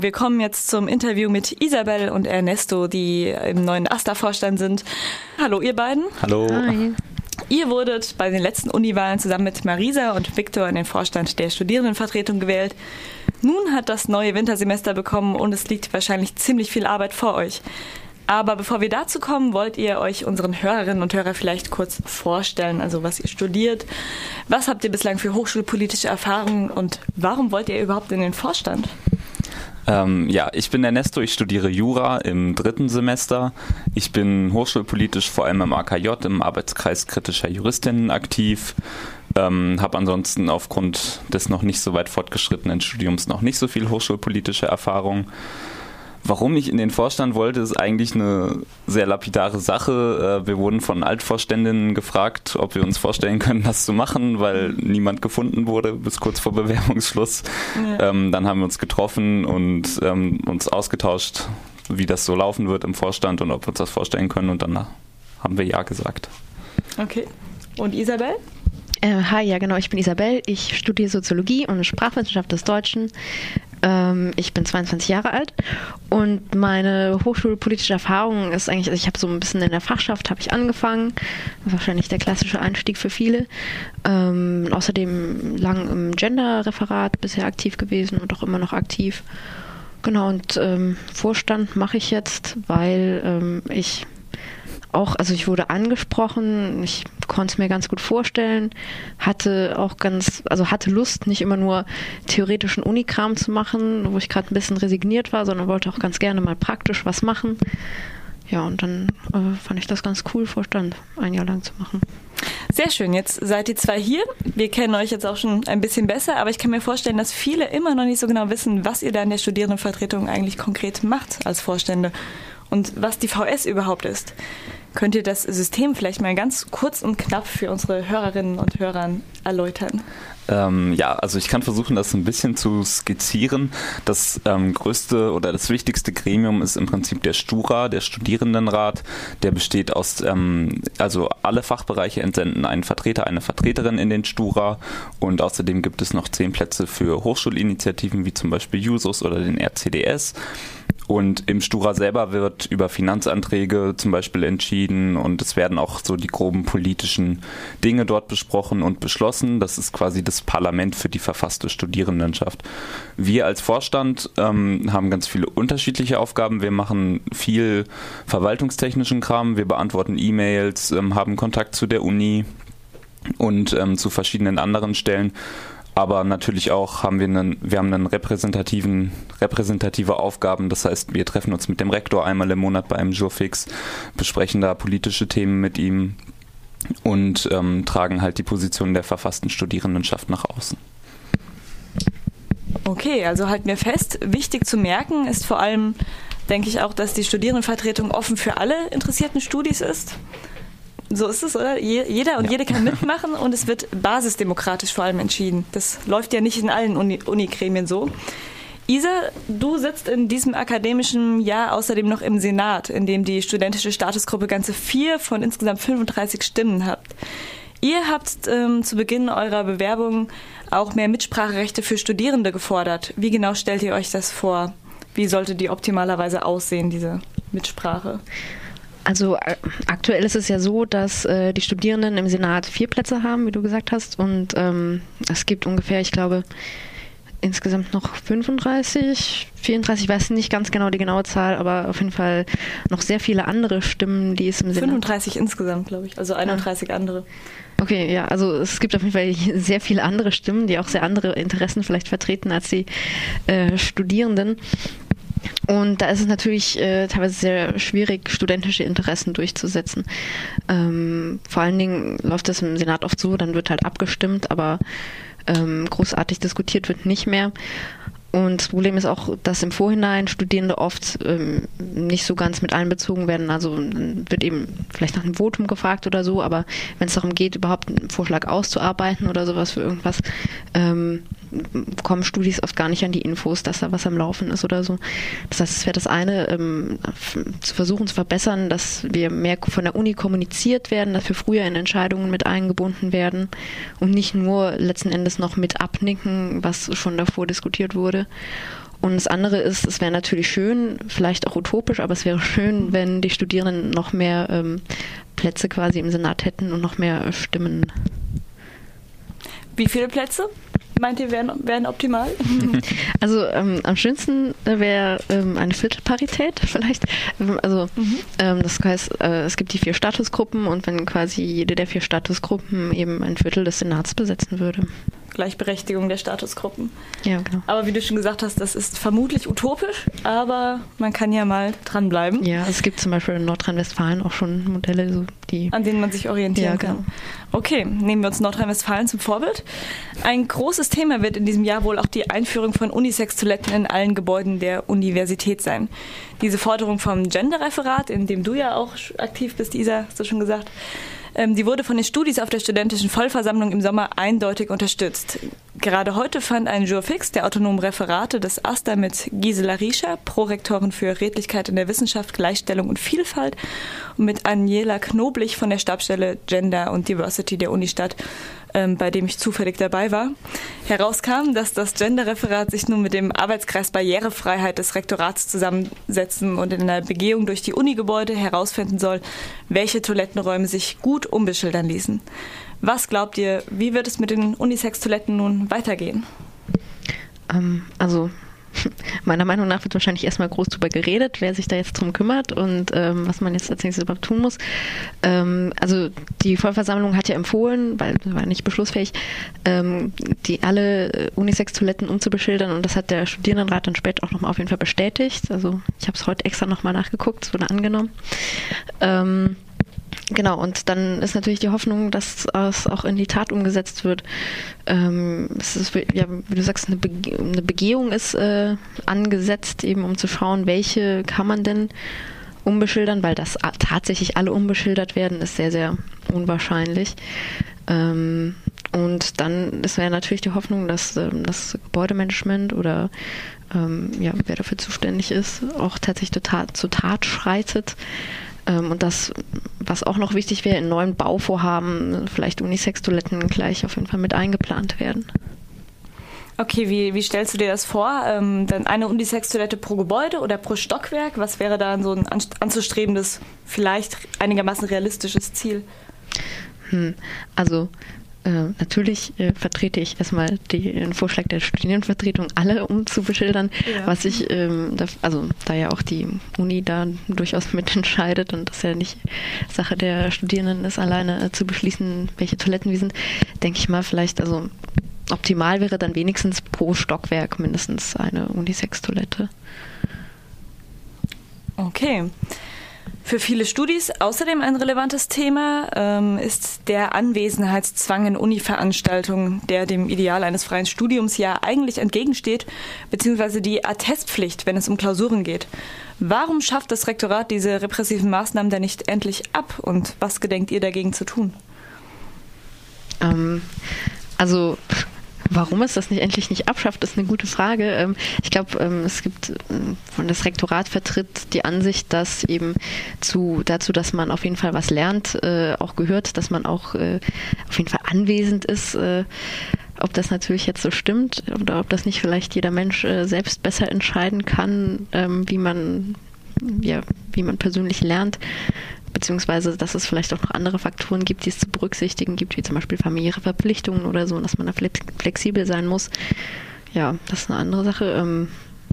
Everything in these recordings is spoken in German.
Wir kommen jetzt zum Interview mit Isabel und Ernesto, die im neuen AStA-Vorstand sind. Hallo ihr beiden. Hallo. Hi. Ihr wurdet bei den letzten Uniwahlen zusammen mit Marisa und Viktor in den Vorstand der Studierendenvertretung gewählt. Nun hat das neue Wintersemester bekommen und es liegt wahrscheinlich ziemlich viel Arbeit vor euch. Aber bevor wir dazu kommen, wollt ihr euch unseren Hörerinnen und Hörern vielleicht kurz vorstellen, also was ihr studiert, was habt ihr bislang für hochschulpolitische Erfahrungen und warum wollt ihr überhaupt in den Vorstand? Ich bin Ernesto, ich studiere Jura im 3. Semester. Ich bin hochschulpolitisch vor allem im AKJ, im Arbeitskreis kritischer Juristinnen aktiv. Habe ansonsten aufgrund des noch nicht so weit fortgeschrittenen Studiums noch nicht so viel hochschulpolitische Erfahrung. Warum ich in den Vorstand wollte, ist eigentlich eine sehr lapidare Sache. Wir wurden von Altvorständinnen gefragt, ob wir uns vorstellen können, das zu machen, weil niemand gefunden wurde bis kurz vor Bewerbungsschluss. Ja. Dann haben wir uns getroffen und uns ausgetauscht, wie das so laufen wird im Vorstand und ob wir uns das vorstellen können. Und dann haben wir ja gesagt. Okay. Und Isabel? Hi, ja genau, ich bin Isabel. Ich studiere Soziologie und Sprachwissenschaft des Deutschen. Ich bin 22 Jahre alt und meine hochschulpolitische Erfahrung ist eigentlich, also ich habe so ein bisschen in der Fachschaft habe ich angefangen, wahrscheinlich der klassische Einstieg für viele. Außerdem lang im Gender-Referat bisher aktiv gewesen und auch immer noch aktiv. Genau, und Vorstand mache ich jetzt, weil ich wurde angesprochen, ich konnte es mir ganz gut vorstellen, hatte Lust, nicht immer nur theoretischen Unikram zu machen, wo ich gerade ein bisschen resigniert war, sondern wollte auch ganz gerne mal praktisch was machen. Ja, und dann fand ich das ganz cool, Vorstand ein Jahr lang zu machen. Sehr schön, jetzt seid ihr zwei hier. Wir kennen euch jetzt auch schon ein bisschen besser, aber ich kann mir vorstellen, dass viele immer noch nicht so genau wissen, was ihr da in der Studierendenvertretung eigentlich konkret macht als Vorstände und was die VS überhaupt ist. Könnt ihr das System vielleicht mal ganz kurz und knapp für unsere Hörerinnen und Hörer erläutern? Also ich kann versuchen, das ein bisschen zu skizzieren. Das größte oder das wichtigste Gremium ist im Prinzip der STURA, der Studierendenrat. Der besteht aus, alle Fachbereiche entsenden einen Vertreter, eine Vertreterin in den STURA und außerdem gibt es noch 10 Plätze für Hochschulinitiativen wie zum Beispiel Jusos oder den RCDS. Und im STURA selber wird über Finanzanträge zum Beispiel entschieden und es werden auch so die groben politischen Dinge dort besprochen und beschlossen. Das ist quasi das Parlament für die verfasste Studierendenschaft. Wir als Vorstand haben ganz viele unterschiedliche Aufgaben. Wir machen viel verwaltungstechnischen Kram, wir beantworten E-Mails, haben Kontakt zu der Uni und zu verschiedenen anderen Stellen. Aber natürlich auch haben wir repräsentative Aufgaben. Das heißt, wir treffen uns mit dem Rektor einmal im Monat bei einem Jurfix, besprechen da politische Themen mit ihm und tragen halt die Position der verfassten Studierendenschaft nach außen. Okay, also halten wir fest, wichtig zu merken ist vor allem, denke ich auch, dass die Studierendenvertretung offen für alle interessierten Studis ist. So ist es, oder? Jeder und jede kann mitmachen und es wird basisdemokratisch vor allem entschieden. Das läuft ja nicht in allen Unigremien so. Isa, du sitzt in diesem akademischen Jahr außerdem noch im Senat, in dem die studentische Statusgruppe ganze 4 von insgesamt 35 Stimmen hat. Ihr habt zu Beginn eurer Bewerbung auch mehr Mitspracherechte für Studierende gefordert. Wie genau stellt ihr euch das vor? Wie sollte die optimalerweise aussehen, diese Mitsprache? Also aktuell ist es ja so, dass die Studierenden im Senat 4 Plätze haben, wie du gesagt hast, und es gibt ungefähr, ich glaube, insgesamt noch 34, ich weiß nicht ganz genau die genaue Zahl, aber auf jeden Fall noch sehr viele andere Stimmen, die es im Senat... 35 insgesamt, glaube ich, also 31 andere. Okay, ja, also es gibt auf jeden Fall sehr viele andere Stimmen, die auch sehr andere Interessen vielleicht vertreten als die Studierenden. Und da ist es natürlich teilweise sehr schwierig, studentische Interessen durchzusetzen. Vor allen Dingen läuft das im Senat oft so, dann wird halt abgestimmt, aber großartig diskutiert wird nicht mehr. Und das Problem ist auch, dass im Vorhinein Studierende oft nicht so ganz mit einbezogen werden. Also wird eben vielleicht nach einem Votum gefragt oder so, aber wenn es darum geht, überhaupt einen Vorschlag auszuarbeiten oder sowas für irgendwas, kommen Studis oft gar nicht an die Infos, dass da was am Laufen ist oder so. Das heißt, es wäre das eine, zu versuchen zu verbessern, dass wir mehr von der Uni kommuniziert werden, dass wir früher in Entscheidungen mit eingebunden werden und nicht nur letzten Endes noch mit abnicken, was schon davor diskutiert wurde. Und das andere ist, es wäre natürlich schön, vielleicht auch utopisch, aber es wäre schön, wenn die Studierenden noch mehr Plätze quasi im Senat hätten und noch mehr Stimmen. Wie viele Plätze meint ihr wären optimal? Also am schönsten wäre eine Viertelparität vielleicht. Das heißt, es gibt die 4 Statusgruppen und wenn quasi jede der 4 Statusgruppen eben ein Viertel des Senats besetzen würde. Gleichberechtigung der Statusgruppen. Ja, genau. Aber wie du schon gesagt hast, das ist vermutlich utopisch, aber man kann ja mal dranbleiben. Ja, es gibt zum Beispiel in Nordrhein-Westfalen auch schon Modelle, an denen man sich orientieren kann. Okay, nehmen wir uns Nordrhein-Westfalen zum Vorbild. Ein großes Thema wird in diesem Jahr wohl auch die Einführung von Unisex-Toiletten in allen Gebäuden der Universität sein. Diese Forderung vom Gender-Referat, in dem du ja auch aktiv bist, Isa, hast du schon gesagt, die wurde von den Studis auf der studentischen Vollversammlung im Sommer eindeutig unterstützt. Gerade heute fand ein Jour fix der autonomen Referate des AStA mit Gisela Riescher, Prorektorin für Redlichkeit in der Wissenschaft, Gleichstellung und Vielfalt, und mit Aniela Knoblich von der Stabsstelle Gender und Diversity der Uni statt, bei dem ich zufällig dabei war, herauskam, dass das Gender-Referat sich nun mit dem Arbeitskreis Barrierefreiheit des Rektorats zusammensetzen und in einer Begehung durch die Unigebäude herausfinden soll, welche Toilettenräume sich gut umbeschildern ließen. Was glaubt ihr, wie wird es mit den Unisex-Toiletten nun weitergehen? Meiner Meinung nach wird wahrscheinlich erstmal groß drüber geredet, wer sich da jetzt drum kümmert und was man jetzt als nächstes überhaupt tun muss. Die Vollversammlung hat ja empfohlen, weil das war nicht beschlussfähig, alle Unisex-Toiletten umzubeschildern, und das hat der Studierendenrat dann später auch nochmal auf jeden Fall bestätigt. Also ich habe es heute extra nochmal nachgeguckt, es wurde angenommen. Genau, und dann ist natürlich die Hoffnung, dass es auch in die Tat umgesetzt wird. Es ist, ja, wie du sagst, eine Begehung ist angesetzt, eben um zu schauen, welche kann man denn umbeschildern, weil das tatsächlich alle umbeschildert werden, ist sehr, sehr unwahrscheinlich. Und dann ist ja natürlich die Hoffnung, dass das Gebäudemanagement oder wer dafür zuständig ist, auch tatsächlich zur Tat schreitet. Und das, was auch noch wichtig wäre, in neuen Bauvorhaben vielleicht Unisex-Toiletten gleich auf jeden Fall mit eingeplant werden. Okay, wie stellst du dir das vor? Dann eine Unisex-Toilette pro Gebäude oder pro Stockwerk? Was wäre da so ein anzustrebendes, vielleicht einigermaßen realistisches Ziel? Natürlich vertrete ich erstmal den Vorschlag der Studierendenvertretung, alle umzubeschildern, was ich, da ja auch die Uni da durchaus mitentscheidet und das ja nicht Sache der Studierenden ist, alleine zu beschließen, welche Toiletten wir sind, denke ich mal vielleicht, optimal wäre dann wenigstens pro Stockwerk mindestens eine Unisex-Toilette. Okay. Für viele Studis außerdem ein relevantes Thema ist der Anwesenheitszwang in Uni-Veranstaltungen, der dem Ideal eines freien Studiums ja eigentlich entgegensteht, beziehungsweise die Attestpflicht, wenn es um Klausuren geht. Warum schafft das Rektorat diese repressiven Maßnahmen denn nicht endlich ab und was gedenkt ihr dagegen zu tun? Warum es das endlich nicht abschafft, ist eine gute Frage. Ich glaube, es gibt das Rektorat vertritt die Ansicht, dass eben dazu, dass man auf jeden Fall was lernt, auch gehört, dass man auch auf jeden Fall anwesend ist. Ob das natürlich jetzt so stimmt oder ob das nicht vielleicht jeder Mensch selbst besser entscheiden kann, wie man persönlich lernt. Beziehungsweise, dass es vielleicht auch noch andere Faktoren gibt, die es zu berücksichtigen gibt, wie zum Beispiel familiäre Verpflichtungen oder so, dass man da flexibel sein muss. Ja, das ist eine andere Sache.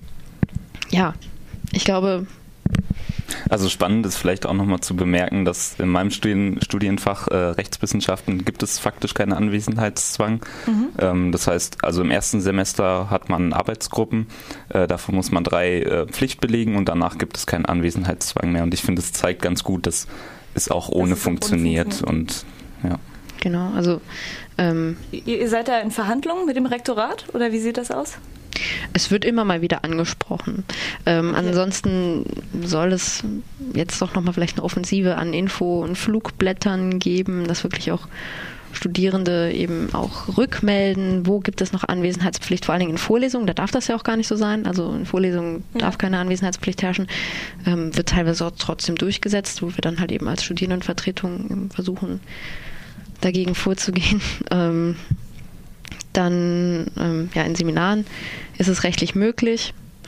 Ich glaube... Also spannend ist vielleicht auch nochmal zu bemerken, dass in meinem Studienfach Rechtswissenschaften gibt es faktisch keinen Anwesenheitszwang. Das heißt, also im ersten Semester hat man Arbeitsgruppen, davon muss man 3 Pflicht belegen und danach gibt es keinen Anwesenheitszwang mehr. Und ich finde, es zeigt ganz gut, dass es auch ohne funktioniert. Und ja. Genau, also Ihr seid da in Verhandlungen mit dem Rektorat oder wie sieht das aus? Es wird immer mal wieder angesprochen. Ansonsten soll es jetzt doch nochmal vielleicht eine Offensive an Info- und Flugblättern geben, dass wirklich auch Studierende eben auch rückmelden, wo gibt es noch Anwesenheitspflicht, vor allen Dingen in Vorlesungen, da darf das ja auch gar nicht so sein, also in Vorlesungen darf keine Anwesenheitspflicht herrschen, wird teilweise auch trotzdem durchgesetzt, wo wir dann halt eben als Studierendenvertretung versuchen, dagegen vorzugehen. Dann in Seminaren ist es rechtlich möglich.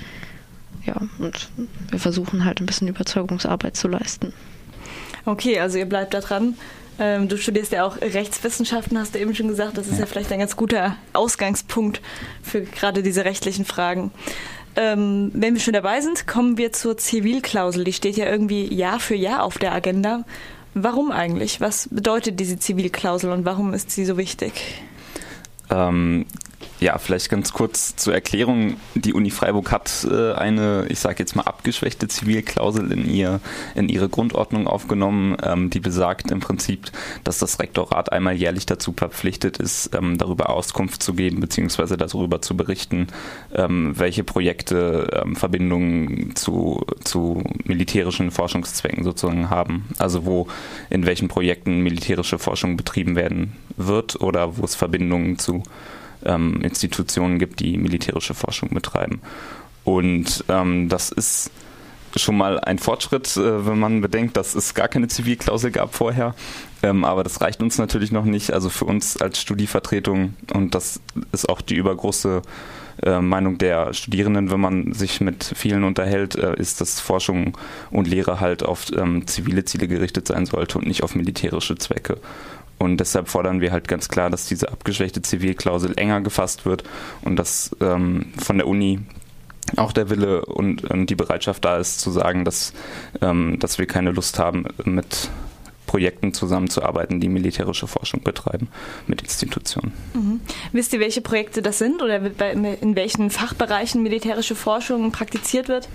und wir versuchen halt ein bisschen Überzeugungsarbeit zu leisten. Okay, also ihr bleibt da dran. Du studierst ja auch Rechtswissenschaften, hast du eben schon gesagt. Das ist ja vielleicht ein ganz guter Ausgangspunkt für gerade diese rechtlichen Fragen. Wenn wir schon dabei sind, kommen wir zur Zivilklausel. Die steht ja irgendwie Jahr für Jahr auf der Agenda. Warum eigentlich? Was bedeutet diese Zivilklausel und warum ist sie so wichtig? Vielleicht ganz kurz zur Erklärung. Die Uni Freiburg hat eine, ich sage jetzt mal, abgeschwächte Zivilklausel in ihre Grundordnung aufgenommen, die besagt im Prinzip, dass das Rektorat einmal jährlich dazu verpflichtet ist, darüber Auskunft zu geben bzw. darüber zu berichten, welche Projekte Verbindungen zu militärischen Forschungszwecken sozusagen haben. Also in welchen Projekten militärische Forschung betrieben werden wird oder wo es Verbindungen zu Institutionen gibt, die militärische Forschung betreiben. Und das ist schon mal ein Fortschritt, wenn man bedenkt, dass es gar keine Zivilklausel gab vorher. Aber das reicht uns natürlich noch nicht. Also für uns als Studievertretung, und das ist auch die übergroße Meinung der Studierenden, wenn man sich mit vielen unterhält, ist, dass Forschung und Lehre halt auf zivile Ziele gerichtet sein sollte und nicht auf militärische Zwecke. Und deshalb fordern wir halt ganz klar, dass diese abgeschwächte Zivilklausel enger gefasst wird und dass von der Uni auch der Wille und die Bereitschaft da ist, zu sagen, dass wir keine Lust haben, mit Projekten zusammenzuarbeiten, die militärische Forschung betreiben, mit Institutionen. Mhm. Wisst ihr, welche Projekte das sind oder in welchen Fachbereichen militärische Forschung praktiziert wird?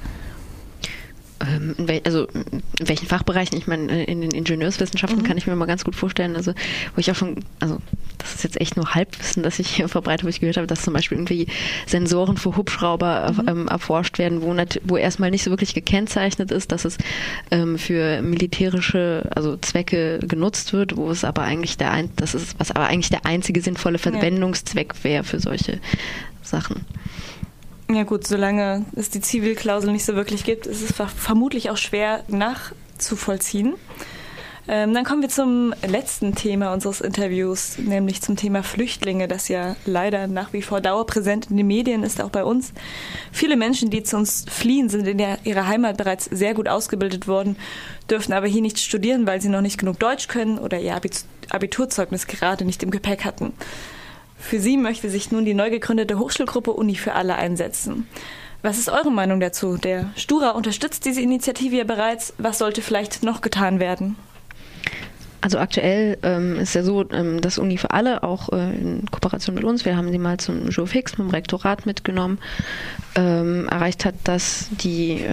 Also in welchen Fachbereichen, ich meine, in den Ingenieurswissenschaften kann ich mir mal ganz gut vorstellen, also wo ich auch schon, also das ist jetzt echt nur Halbwissen, das ich hier verbreite, wo ich gehört habe, dass zum Beispiel irgendwie Sensoren für Hubschrauber erforscht werden, wo erstmal nicht so wirklich gekennzeichnet ist, dass es für militärische Zwecke genutzt wird, was aber eigentlich der einzige sinnvolle Verwendungszweck wäre für solche Sachen. Ja gut, solange es die Zivilklausel nicht so wirklich gibt, ist es vermutlich auch schwer nachzuvollziehen. Dann kommen wir zum letzten Thema unseres Interviews, nämlich zum Thema Flüchtlinge, das ja leider nach wie vor dauerpräsent in den Medien ist, auch bei uns. Viele Menschen, die zu uns fliehen, sind in ihrer Heimat bereits sehr gut ausgebildet worden, dürfen aber hier nicht studieren, weil sie noch nicht genug Deutsch können oder ihr Abiturzeugnis gerade nicht im Gepäck hatten. Für sie möchte sich nun die neu gegründete Hochschulgruppe Uni für alle einsetzen. Was ist eure Meinung dazu? Der Stura unterstützt diese Initiative ja bereits. Was sollte vielleicht noch getan werden? Also aktuell ist ja so, dass Uni für alle auch in Kooperation mit uns, wir haben sie mal zum Jour Fix mit dem Rektorat mitgenommen, erreicht hat, dass die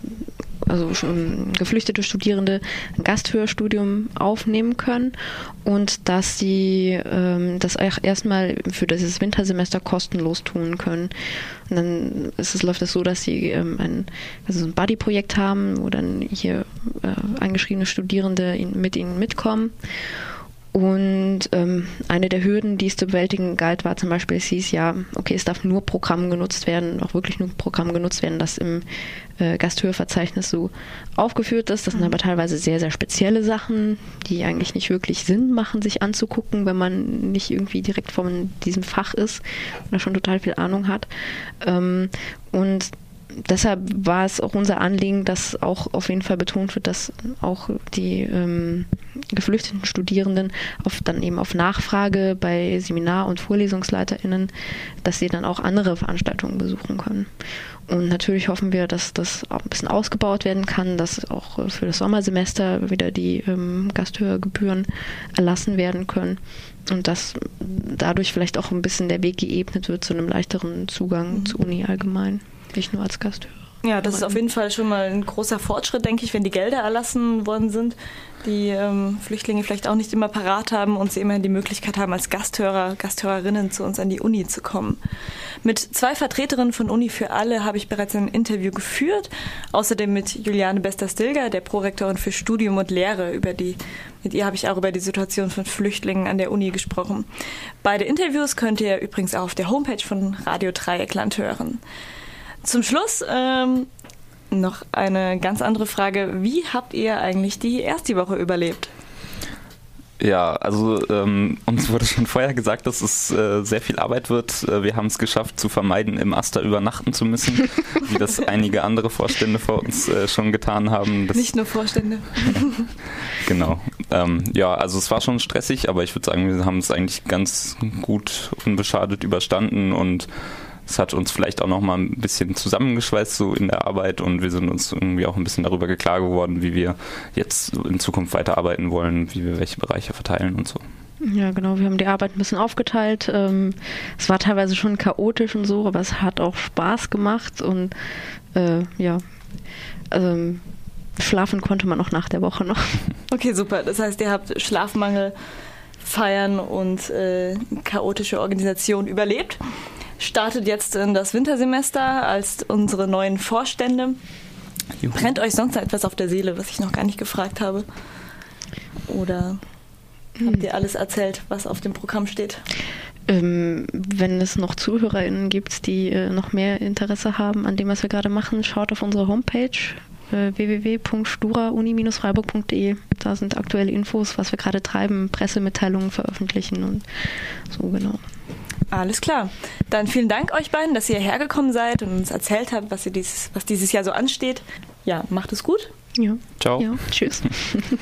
geflüchtete Studierende ein Gasthörstudium aufnehmen können und dass sie das auch erstmal für dieses Wintersemester kostenlos tun können. Und dann läuft es so, dass sie ein Buddy-Projekt haben, wo dann hier eingeschriebene Studierende mit ihnen mitkommen. Und eine der Hürden, die es zu bewältigen galt, war zum Beispiel, es hieß ja, okay, es darf nur Programm genutzt werden, auch wirklich nur Programm genutzt werden, das im Gasthörverzeichnis so aufgeführt ist. Das sind aber teilweise sehr, sehr spezielle Sachen, die eigentlich nicht wirklich Sinn machen, sich anzugucken, wenn man nicht irgendwie direkt von diesem Fach ist oder schon total viel Ahnung hat. Und deshalb war es auch unser Anliegen, dass auch auf jeden Fall betont wird, dass auch die geflüchteten Studierenden dann eben auf Nachfrage bei Seminar- und VorlesungsleiterInnen, dass sie dann auch andere Veranstaltungen besuchen können. Und natürlich hoffen wir, dass das auch ein bisschen ausgebaut werden kann, dass auch für das Sommersemester wieder die Gasthörgebühren erlassen werden können und dass dadurch vielleicht auch ein bisschen der Weg geebnet wird zu einem leichteren Zugang zur Uni allgemein. Nicht nur als Gasthörer. Ja, das ist auf jeden Fall schon mal ein großer Fortschritt, denke ich, wenn die Gelder erlassen worden sind, die Flüchtlinge vielleicht auch nicht immer parat haben und sie immerhin die Möglichkeit haben, als Gasthörerinnen zu uns an die Uni zu kommen. Mit 2 Vertreterinnen von Uni für alle habe ich bereits ein Interview geführt, außerdem mit Juliane Bester-Stilger, der Prorektorin für Studium und Lehre. Mit ihr habe ich auch über die Situation von Flüchtlingen an der Uni gesprochen. Beide Interviews könnt ihr übrigens auch auf der Homepage von Radio Dreieckland hören. Zum Schluss noch eine ganz andere Frage. Wie habt ihr eigentlich die erste Woche überlebt? Ja, also uns wurde schon vorher gesagt, dass es sehr viel Arbeit wird. Wir haben es geschafft zu vermeiden, im Aster übernachten zu müssen, wie das einige andere Vorstände vor uns schon getan haben. Nicht nur Vorstände. Genau. Ja, also es war schon stressig, aber ich würde sagen, wir haben es eigentlich ganz gut unbeschadet überstanden und es hat uns vielleicht auch noch mal ein bisschen zusammengeschweißt so in der Arbeit und wir sind uns irgendwie auch ein bisschen darüber klar geworden, wie wir jetzt in Zukunft weiterarbeiten wollen, wie wir welche Bereiche verteilen und so. Ja, genau. Wir haben die Arbeit ein bisschen aufgeteilt. Es war teilweise schon chaotisch und so, aber es hat auch Spaß gemacht und schlafen konnte man auch nach der Woche noch. Okay, super. Das heißt, ihr habt Schlafmangel, Feiern und chaotische Organisation überlebt. Startet jetzt in das Wintersemester als unsere neuen Vorstände. Juhu. Brennt euch sonst noch etwas auf der Seele, was ich noch gar nicht gefragt habe? Oder habt ihr alles erzählt, was auf dem Programm steht? Wenn es noch ZuhörerInnen gibt, die noch mehr Interesse haben an dem, was wir gerade machen, schaut auf unsere Homepage www.sturauni-freiburg.de. Da sind aktuelle Infos, was wir gerade treiben, Pressemitteilungen veröffentlichen und so, genau. Alles klar. Dann vielen Dank euch beiden, dass ihr hergekommen seid und uns erzählt habt, was dieses Jahr so ansteht. Ja, macht es gut. Ja. Ciao. Ja, tschüss.